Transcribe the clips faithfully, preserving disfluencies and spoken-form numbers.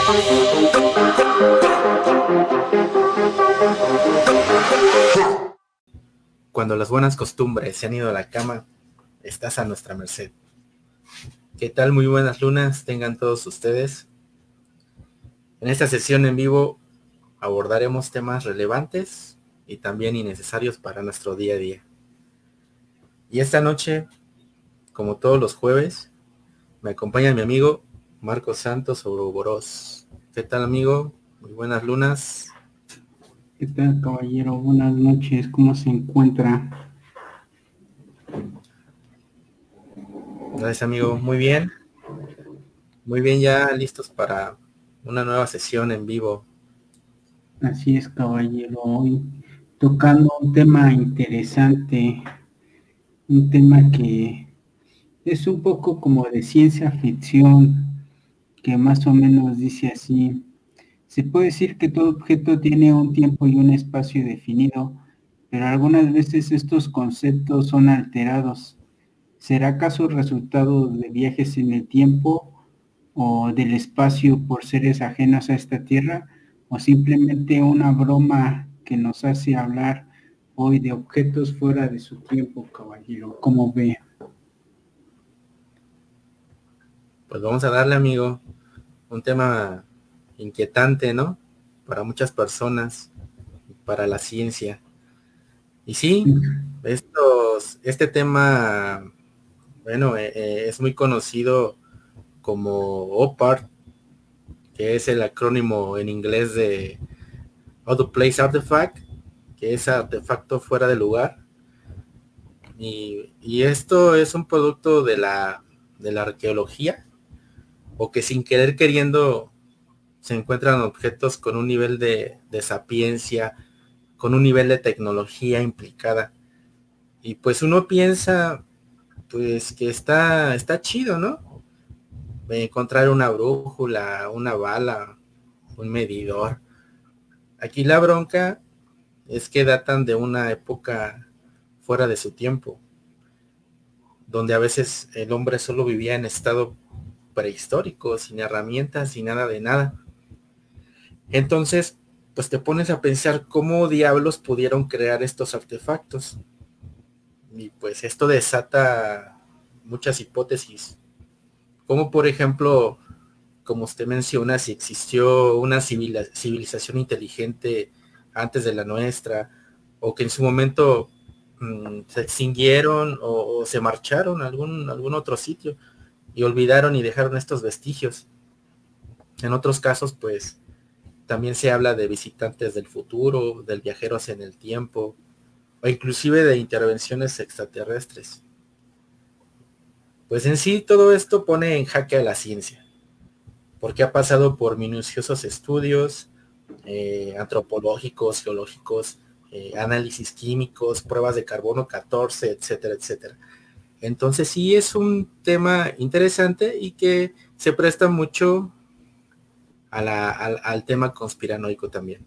Cuando las buenas costumbres se han ido a la cama, estás a nuestra merced. ¿Qué tal? Muy buenas lunas tengan todos ustedes. En esta sesión en vivo abordaremos temas relevantes y también innecesarios para nuestro día a día. Y esta noche, como todos los jueves, me acompaña mi amigo Marcos Santos Ouroboros. ¿Qué tal, amigo? Muy buenas lunas. ¿Qué tal, caballero? Buenas noches, ¿cómo se encuentra? Gracias, amigo. Muy bien. Muy bien, ya listos para una nueva sesión en vivo. Así es, caballero. Hoy tocando un tema interesante, un tema que es un poco como de ciencia ficción, que más o menos dice así: se puede decir que todo objeto tiene un tiempo y un espacio definido, pero algunas veces estos conceptos son alterados. ¿Será acaso resultado de viajes en el tiempo o del espacio por seres ajenos a esta tierra, o simplemente una broma que nos hace hablar hoy de objetos fuera de su tiempo, caballero? ¿Cómo ve? Pues vamos a darle, amigo, un tema inquietante, ¿no? Para muchas personas, para la ciencia. Y sí, estos, este tema, bueno, eh, eh, es muy conocido como O P A R, que es el acrónimo en inglés de Out of Place Artifact, que es artefacto fuera de lugar. Y, y esto es un producto de la, de la arqueología, o que sin querer queriendo se encuentran objetos con un nivel de, de sapiencia, con un nivel de tecnología implicada. Y pues uno piensa, pues que está, está chido, ¿no? Encontrar una brújula, una bala, un medidor. Aquí la bronca es que datan de una época fuera de su tiempo, donde a veces el hombre solo vivía en estado prehistórico, sin herramientas, sin nada de nada. Entonces, pues te pones a pensar cómo diablos pudieron crear estos artefactos. Y pues esto desata muchas hipótesis. Como por ejemplo, como usted menciona, si existió una civilización inteligente antes de la nuestra, o que en su momento mmm, se extinguieron o, o se marcharon a algún, algún otro sitio y olvidaron y dejaron estos vestigios. En otros casos, pues, también se habla de visitantes del futuro, del viajeros en el tiempo, o inclusive de intervenciones extraterrestres. Pues en sí todo esto pone en jaque a la ciencia, porque ha pasado por minuciosos estudios eh, antropológicos, geológicos, eh, análisis químicos, pruebas de carbono catorce, etcétera, etcétera. Entonces sí es un tema interesante y que se presta mucho a la, al, al tema conspiranoico también.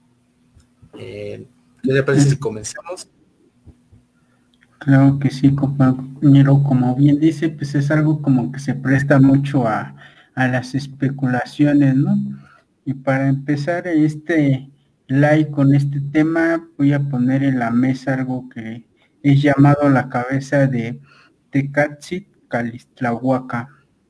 Eh, ¿Qué le parece si comenzamos? Claro que sí, compañero. Como bien dice, pues es algo como que se presta mucho a, a las especulaciones, ¿no? Y para empezar este live con este tema, voy a poner en la mesa algo que es llamado la cabeza de Tecátzin-Calixtlahuaca.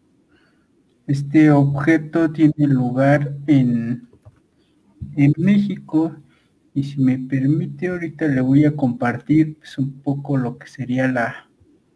Este objeto tiene lugar en, en México, y si me permite ahorita le voy a compartir pues, un poco lo que sería la,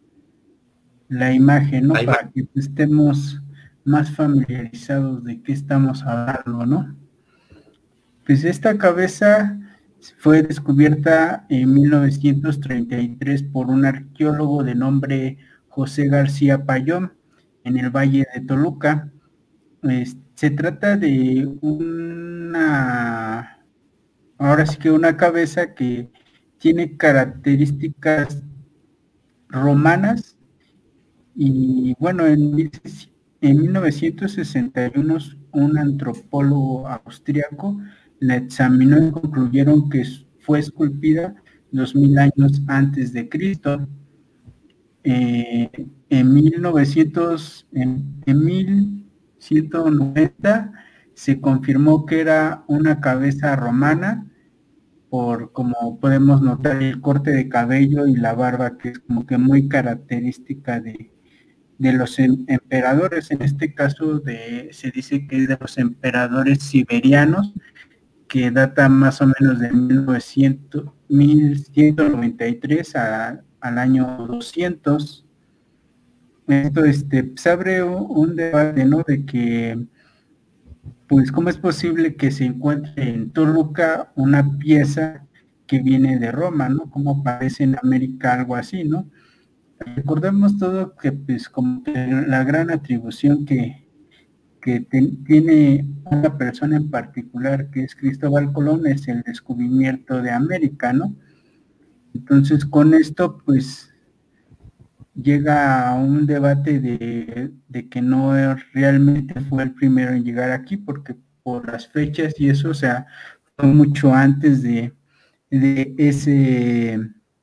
la imagen, ¿no? La Para imagen. que estemos más familiarizados de qué estamos hablando, ¿no? Pues esta cabeza fue descubierta en mil novecientos treinta y tres por un arqueólogo de nombre José García Payón en el Valle de Toluca. Pues, se trata de una, ahora sí que una cabeza que tiene características romanas. Y bueno, en, en mil novecientos sesenta y uno un antropólogo austriaco la examinó y concluyeron que fue esculpida dos mil años antes de Cristo. Eh, en mil novecientos, en, en mil ciento noventa se confirmó que era una cabeza romana, por como podemos notar el corte de cabello y la barba, que es como que muy característica de, de los em, emperadores. En este caso de, se dice que es de los emperadores siberianos, que data más o menos de mil novecientos, mil ciento noventa y tres a, al año doscientos. Esto este, se abre un, un debate, ¿no? De que, pues, ¿cómo es posible que se encuentre en Toluca una pieza que viene de Roma, ¿no? ¿Cómo aparece en América algo así, ¿no? Recordemos todo que, pues, como que la gran atribución que, que te, tiene una persona en particular, que es Cristóbal Colón, es el descubrimiento de América, ¿no? Entonces, con esto, pues, llega a un debate de, de que no realmente fue el primero en llegar aquí, porque por las fechas y eso, o sea, fue mucho antes de, de ese,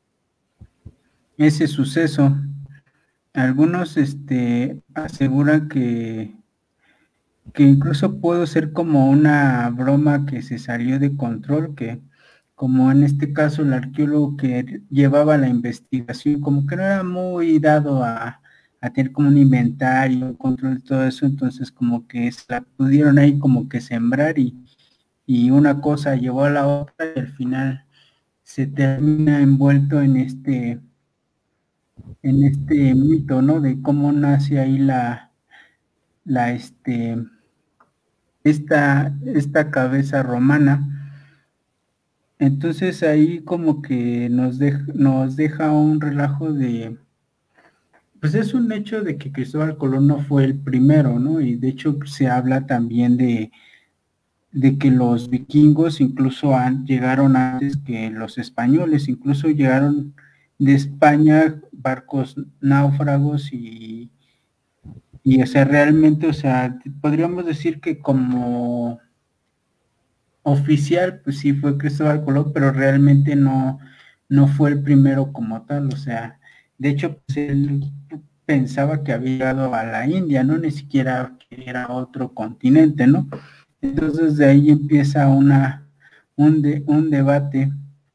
ese suceso. Algunos este, aseguran que, que incluso pudo ser como una broma que se salió de control, que como en este caso el arqueólogo que llevaba la investigación, como que no era muy dado a, a tener como un inventario, un control de todo eso, entonces como que se la pudieron ahí como que sembrar y, y una cosa llevó a la otra y al final se termina envuelto en este, en este mito, ¿no? De cómo nace ahí la, la este, esta, esta cabeza romana. Entonces ahí como que nos deja, nos deja un relajo de, pues es un hecho de que Cristóbal Colón no fue el primero, ¿no? Y de hecho se habla también de, de que los vikingos incluso han, llegaron antes que los españoles, incluso llegaron de España barcos náufragos y, y o sea, realmente, o sea, podríamos decir que como oficial, pues sí fue Cristóbal Colón, pero realmente no, no fue el primero como tal, o sea, de hecho, pues él pensaba que había llegado a la India, ¿no? Ni siquiera que era otro continente, ¿no? Entonces de ahí empieza una, un, de, un debate,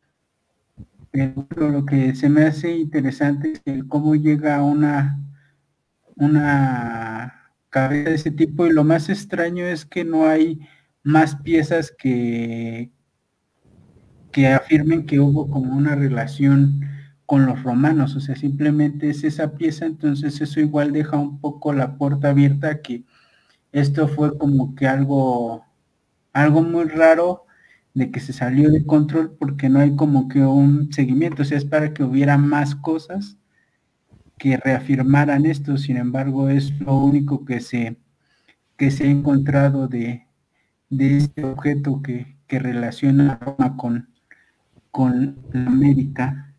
pero lo que se me hace interesante es el cómo llega a una, una cabeza de ese tipo, y lo más extraño es que no hay más piezas que, que afirmen que hubo como una relación con los romanos, o sea, simplemente es esa pieza, entonces eso igual deja un poco la puerta abierta a que esto fue como que algo, algo muy raro de que se salió de control porque no hay como que un seguimiento, o sea, es para que hubiera más cosas que reafirmaran esto, sin embargo, es lo único que se, que se ha encontrado de, de este objeto que, que relaciona a Roma con, con la América.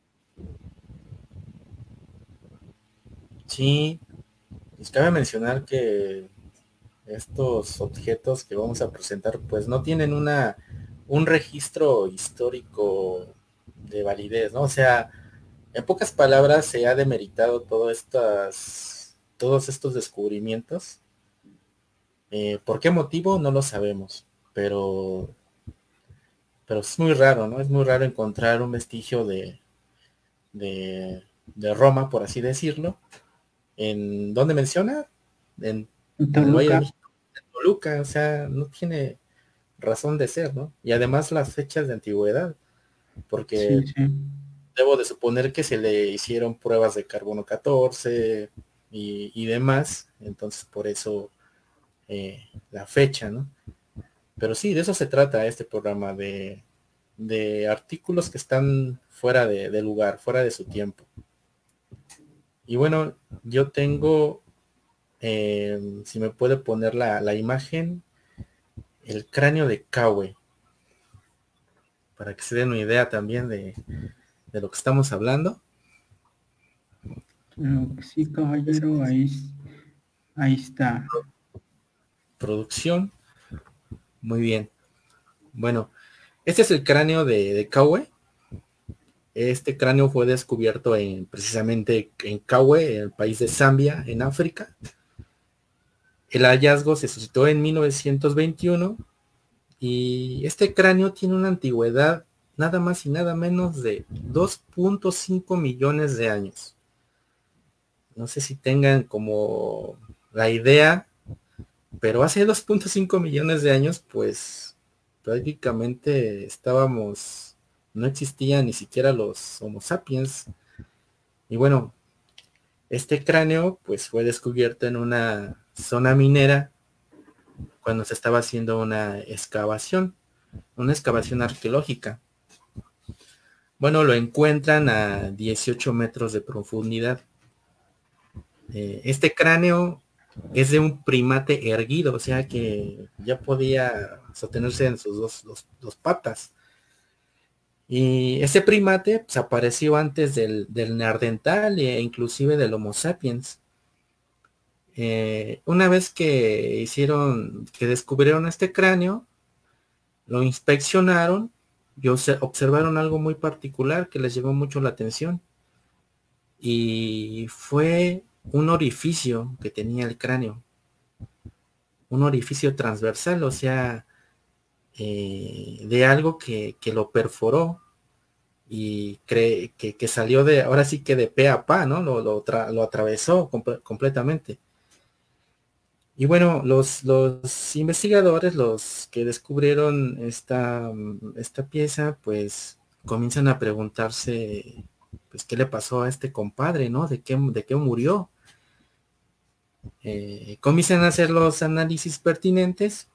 Sí, pues cabe mencionar que estos objetos que vamos a presentar pues no tienen una un registro histórico de validez, ¿no? O sea, en pocas palabras se ha demeritado todo estas, todos estos descubrimientos. Eh, ¿por qué motivo? No lo sabemos, pero, pero es muy raro, ¿no? Es muy raro encontrar un vestigio de, de, de Roma, por así decirlo. ¿En dónde menciona? En, En en el Valle de Toluca, México, en Toluca, o sea, no tiene razón de ser, ¿no? Y además las fechas de antigüedad, sí, porque sí. debo de suponer que se le hicieron pruebas de carbono catorce y, y demás, entonces por eso eh, la fecha, ¿no? Pero sí, de eso se trata este programa, de, de artículos que están fuera de, de lugar, fuera de su tiempo. Y bueno, yo tengo, eh, si me puede poner la, la imagen, el cráneo de Caue, para que se den una idea también de, de lo que estamos hablando. Creo que sí, caballero, ahí, ahí está. Producción, muy bien. Bueno, este es el cráneo de, de Caue. Este cráneo fue descubierto en, precisamente en Caue, en el país de Zambia, en África. El hallazgo se suscitó en mil novecientos veintiuno y este cráneo tiene una antigüedad nada más y nada menos de dos punto cinco millones de años. No sé si tengan como la idea, pero hace dos punto cinco millones de años, pues prácticamente estábamos, no existían ni siquiera los Homo sapiens. Y bueno, este cráneo pues fue descubierto en una zona minera cuando se estaba haciendo una excavación, una excavación arqueológica. Bueno, lo encuentran a dieciocho metros de profundidad. Eh, este cráneo es de un primate erguido, o sea que ya podía sostenerse en sus dos, dos, dos patas. Y ese primate pues, apareció antes del, del neandertal e inclusive del Homo sapiens. Eh, una vez que hicieron, que descubrieron este cráneo, lo inspeccionaron y observaron algo muy particular que les llamó mucho la atención. Y fue un orificio que tenía el cráneo. Un orificio transversal, o sea, eh, de algo que, que lo perforó y cree que, que salió de, ahora sí que de pe a pa, ¿no? Lo, lo, tra, lo atravesó comp completamente. Y bueno, los, los investigadores, los que descubrieron esta, esta pieza, pues comienzan a preguntarse, pues, ¿qué le pasó a este compadre, no? ¿De qué, de qué murió? Eh, comienzan a hacer los análisis pertinentes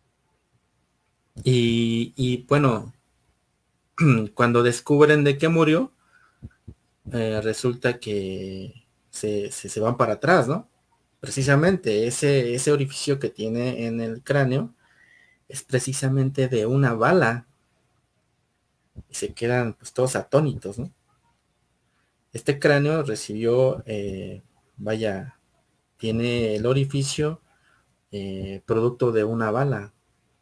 y, y bueno, cuando descubren de qué murió, eh, resulta que se, se, se van para atrás, ¿no? Precisamente ese, ese orificio que tiene en el cráneo es precisamente de una bala y se quedan pues todos atónitos, ¿no? Este cráneo recibió, eh, vaya, tiene el orificio eh, producto de una bala.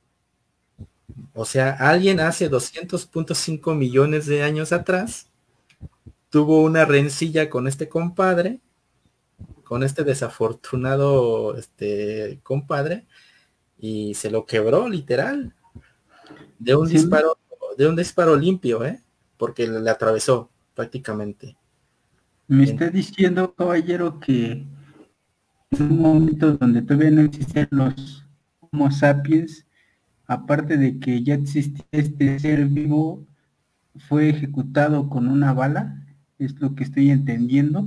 O sea, alguien hace doscientos punto cinco millones de años atrás tuvo una rencilla con este compadre, con este desafortunado este compadre, y se lo quebró literal de un sí. disparo, de un disparo limpio, ¿eh? Porque le, le atravesó prácticamente. Me está diciendo, caballero, que en un momento donde todavía no existían los Homo sapiens, aparte de que ya existía este ser vivo, fue ejecutado con una bala, es lo que estoy entendiendo.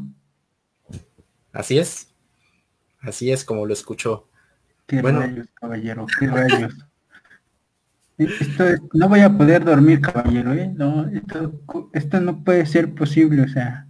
Así es, así es como lo escuchó. Qué bueno. Rayos, caballero, qué rayos. Esto es, no voy a poder dormir, caballero, ¿eh? No, esto, esto no puede ser posible, o sea.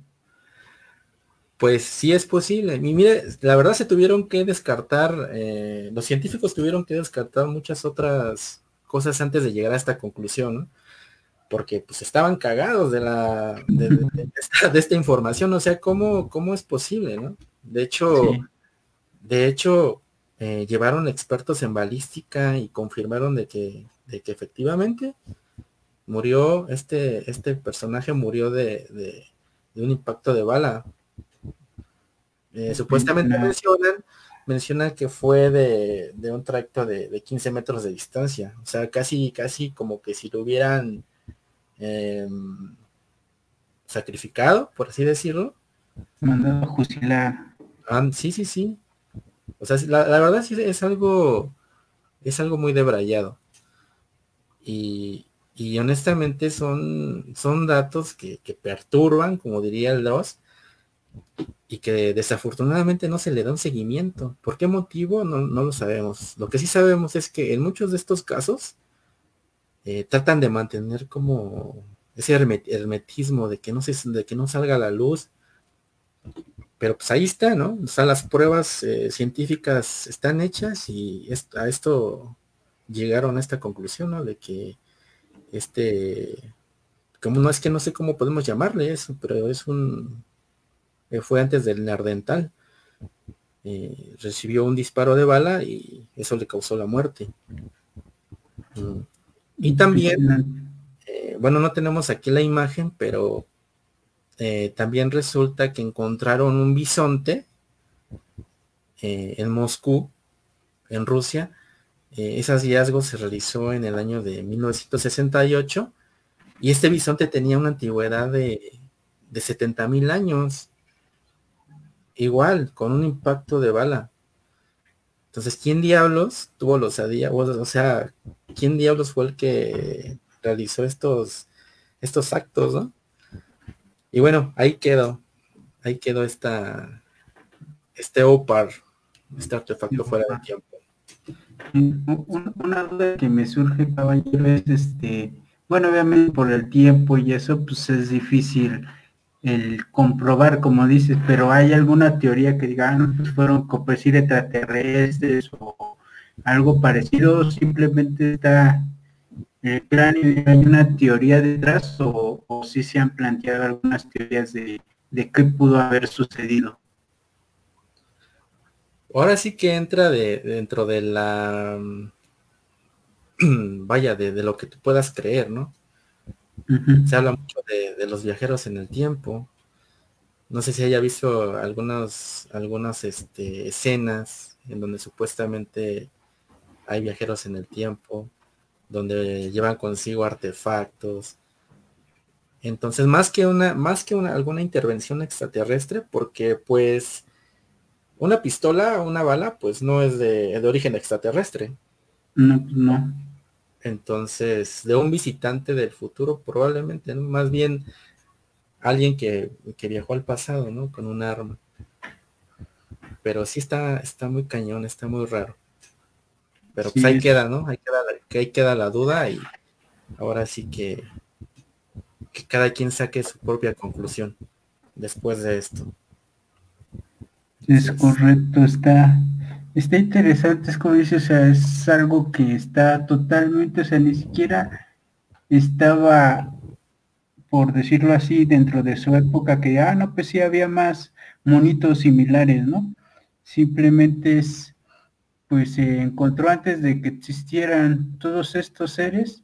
Pues sí es posible. Y mire, la verdad se tuvieron que descartar, eh, los científicos tuvieron que descartar muchas otras cosas antes de llegar a esta conclusión, ¿no? Porque pues estaban cagados de la de, de, de, esta, de esta información, o sea, ¿cómo, cómo es posible, no? De hecho, sí. de hecho, eh, llevaron expertos en balística y confirmaron de que, de que efectivamente murió, este, este personaje murió de, de, de un impacto de bala. Eh, supuestamente no. mencionan, mencionan que fue de, de un trayecto de, de quince metros de distancia, o sea, casi, casi como que si lo hubieran eh, sacrificado, por así decirlo. Mandado a fusilar. Ah, sí, sí, sí. O sea, la, la verdad sí es algo, es algo muy debrayado. Y, y honestamente son, son datos que, que perturban, como diría el Dross, y que desafortunadamente no se le da un seguimiento. ¿Por qué motivo? No, no lo sabemos. Lo que sí sabemos es que en muchos de estos casos eh, tratan de mantener como ese hermetismo de que no se, de que no salga a la luz. Pero pues ahí está, ¿no? O sea, las pruebas eh, científicas están hechas y est a esto llegaron a esta conclusión, ¿no? De que este, como no es que no sé cómo podemos llamarle eso, pero es un fue antes del neandertal, eh, recibió un disparo de bala y eso le causó la muerte. Mm. Y también, eh, bueno, no tenemos aquí la imagen, pero eh, también resulta que encontraron un bisonte eh, en Moscú en Rusia. Eh, ese hallazgo se realizó en el año de mil novecientos sesenta y ocho y este bisonte tenía una antigüedad de, de setenta mil años, igual, con un impacto de bala. Entonces, ¿quién diablos tuvo la osadía? O, o sea, ¿quién diablos fue el que realizó estos, estos actos, ¿no? Y bueno, ahí quedó, ahí quedó esta, este OPAR, este artefacto fuera de tiempo. Una duda que me surge, caballero, es este, bueno, obviamente por el tiempo y eso, pues es difícil el comprobar, como dices, pero ¿hay alguna teoría que diga, ah, no, pues fueron, como decir, extraterrestres o algo parecido? ¿Simplemente está el cráneo y hay una teoría detrás, o, o sí se han planteado algunas teorías de, de qué pudo haber sucedido? Ahora sí que entra de, dentro de la, vaya, de, de lo que tú puedas creer, ¿no? Uh-huh. Se habla mucho de, de los viajeros en el tiempo. No sé si haya visto algunas, algunas este, escenas en donde supuestamente hay viajeros en el tiempo, donde llevan consigo artefactos. Entonces, más que una, más que una, alguna intervención extraterrestre, porque pues una pistola, una bala, pues no es de, de origen extraterrestre. No, pues no. Entonces, de un visitante del futuro, probablemente, ¿no? Más bien alguien que, que viajó al pasado, ¿no? Con un arma. Pero sí está, está muy cañón, está muy raro. Pero pues Sí, ahí es, queda, ¿no? Ahí queda, la, ahí queda la duda y ahora sí que, que cada quien saque su propia conclusión después de esto. es Entonces, correcto, está, está interesante, es como dices, o sea, es algo que está totalmente, o sea, ni siquiera estaba, por decirlo así, dentro de su época, que, ah, no, pues sí había más monitos similares, ¿no? Simplemente es, pues se encontró antes de que existieran todos estos seres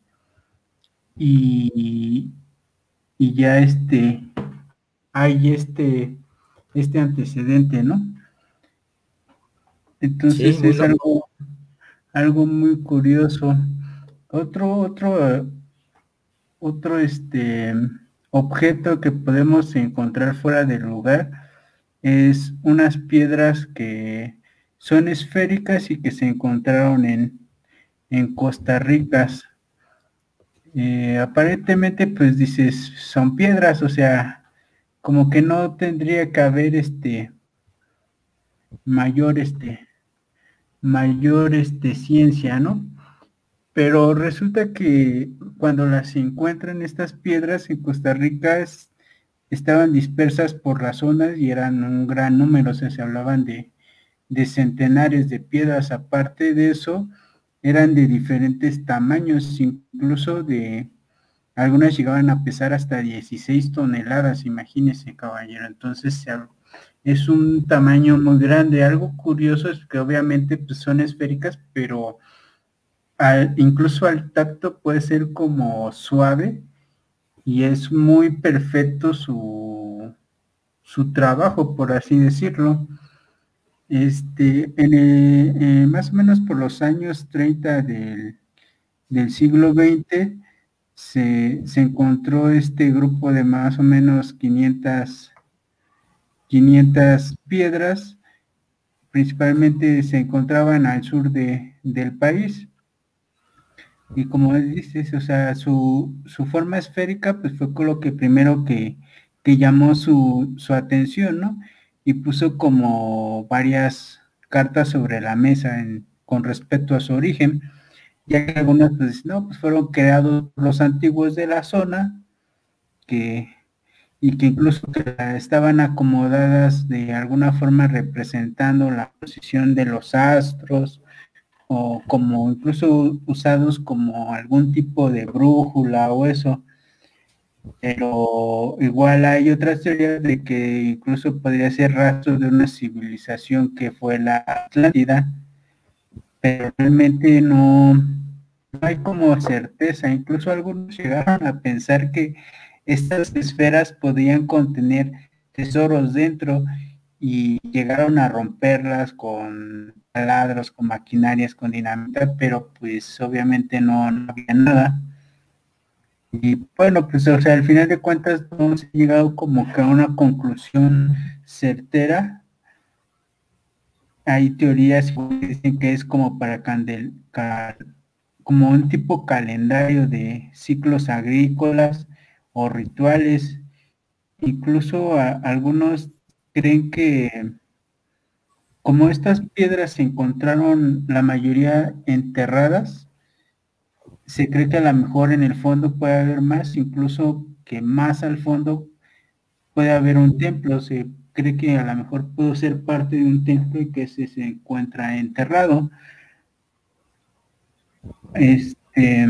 y, y ya este, hay este, este antecedente, ¿no? sí, Entonces muy es loco. algo, algo muy curioso. Otro, otro, otro este objeto que podemos encontrar fuera del lugar es unas piedras que son esféricas y que se encontraron en, en Costa Rica. Eh, aparentemente, pues dices, son piedras, o sea, como que no tendría que haber este mayor este mayor este ciencia, ¿no? Pero resulta que cuando las encuentran estas piedras en Costa Rica es, estaban dispersas por las zonas y eran un gran número, o sea, se hablaban de, de centenares de piedras. Aparte de eso, eran de diferentes tamaños, incluso de algunas llegaban a pesar hasta dieciséis toneladas, imagínese, caballero. Entonces, es un tamaño muy grande. Algo curioso es que obviamente pues, son esféricas, pero al, incluso al tacto puede ser como suave y es muy perfecto su, su trabajo, por así decirlo. Este, en el, eh, más o menos por los años treinta del, del siglo veinte se, se encontró este grupo de más o menos quinientas, quinientas piedras, principalmente se encontraban al sur de, del país. Y como dices, o sea, su, su forma esférica, pues fue con lo que primero que, que llamó su, su atención, ¿no? Y puso como varias cartas sobre la mesa en, con respecto a su origen, ya que algunas, pues, no, pues fueron creados los antiguos de la zona, que, y que incluso que estaban acomodadas de alguna forma representando la posición de los astros, o como incluso usados como algún tipo de brújula o eso, pero igual hay otras teorías de que incluso podría ser rastro de una civilización que fue la Atlántida, pero realmente no, no hay como certeza. Incluso algunos llegaron a pensar que estas esferas podían contener tesoros dentro y llegaron a romperlas con taladros, con maquinarias, con dinamita, pero pues obviamente no, no había nada. Y bueno, pues o sea, al final de cuentas no hemos llegado como que a una conclusión certera. Hay teorías que dicen que es como para candel, ca, como un tipo calendario de ciclos agrícolas o rituales. Incluso a, algunos creen que como estas piedras se encontraron la mayoría enterradas, se cree que a lo mejor en el fondo puede haber más, incluso que más al fondo puede haber un templo. Se cree que a lo mejor pudo ser parte de un templo y que se, se encuentra enterrado. Este,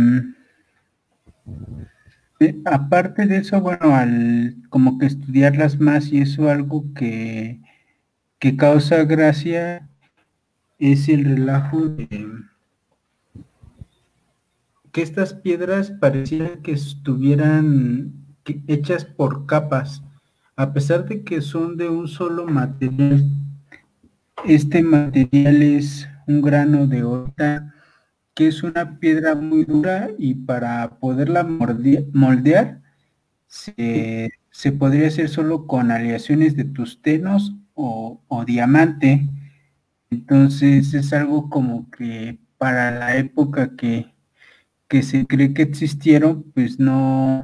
eh, aparte de eso, bueno, al como que estudiarlas más y eso algo que, que causa gracia es el relajo de que estas piedras parecían que estuvieran que- hechas por capas, a pesar de que son de un solo material. Este material es un grano de horta, que es una piedra muy dura y para poderla moldear, moldear se, se podría hacer solo con aleaciones de tustenos o, o diamante. Entonces es algo como que para la época que, que se cree que existieron, pues no,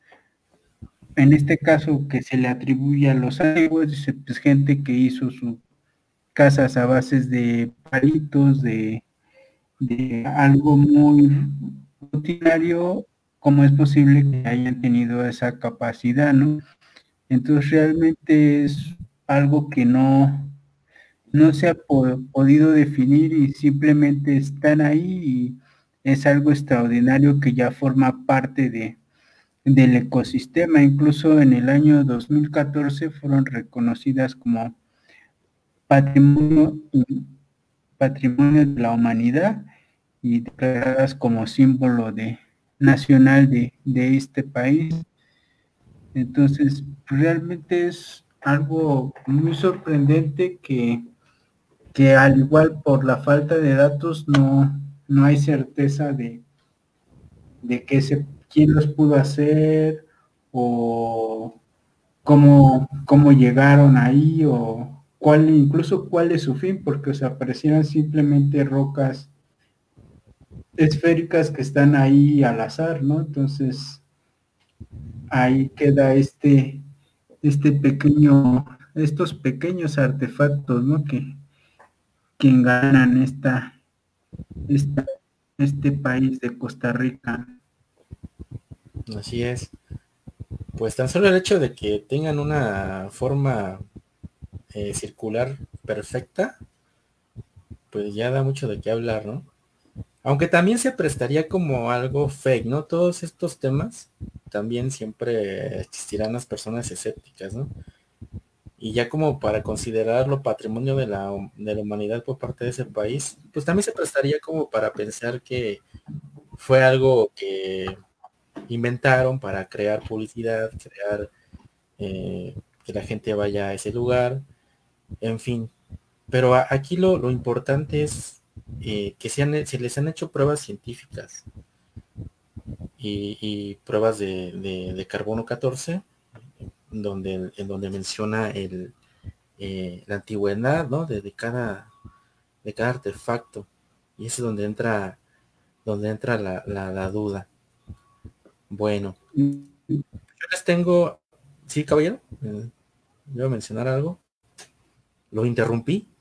en este caso que se le atribuye a los antiguos, dice, pues gente que hizo sus casas a bases de palitos, de, de algo muy rutinario, ¿cómo es posible que hayan tenido esa capacidad, no? Entonces realmente es algo que no, no se ha po- podido definir y simplemente están ahí y es algo extraordinario que ya forma parte de, del ecosistema. Incluso en el año dos mil catorce fueron reconocidas como patrimonio, patrimonio de la humanidad y declaradas como símbolo de, nacional de, de este país. Entonces, realmente es algo muy sorprendente que, que al igual por la falta de datos no, no hay certeza de, de que se, quién los pudo hacer o cómo, cómo llegaron ahí o cuál, incluso cuál es su fin, porque o sea, parecieran simplemente rocas esféricas que están ahí al azar, ¿no? Entonces, ahí queda este, este pequeño, estos pequeños artefactos, ¿no? Que, que ganan esta, esta, este país de Costa Rica. Así es. Pues tan solo el hecho de que tengan una forma eh, circular perfecta, pues ya da mucho de qué hablar, ¿no? Aunque también se prestaría como algo fake, ¿no? Todos estos temas también siempre existirán las personas escépticas, ¿no? Y ya como para considerarlo patrimonio de la, de la humanidad por parte de ese país, pues también se prestaría como para pensar que fue algo que inventaron para crear publicidad, crear eh, que la gente vaya a ese lugar, en fin. Pero a, aquí lo, lo importante es eh, que se, han, se les han hecho pruebas científicas y, y pruebas de, de, de carbono catorce, donde, en donde menciona el, eh, la antigüedad, ¿no? De, de, cada, de cada artefacto. Y ese es donde entra, donde entra la, la, la duda. Bueno, yo les tengo, sí, caballero, eh, ¿iba a mencionar algo? ¿Lo interrumpí?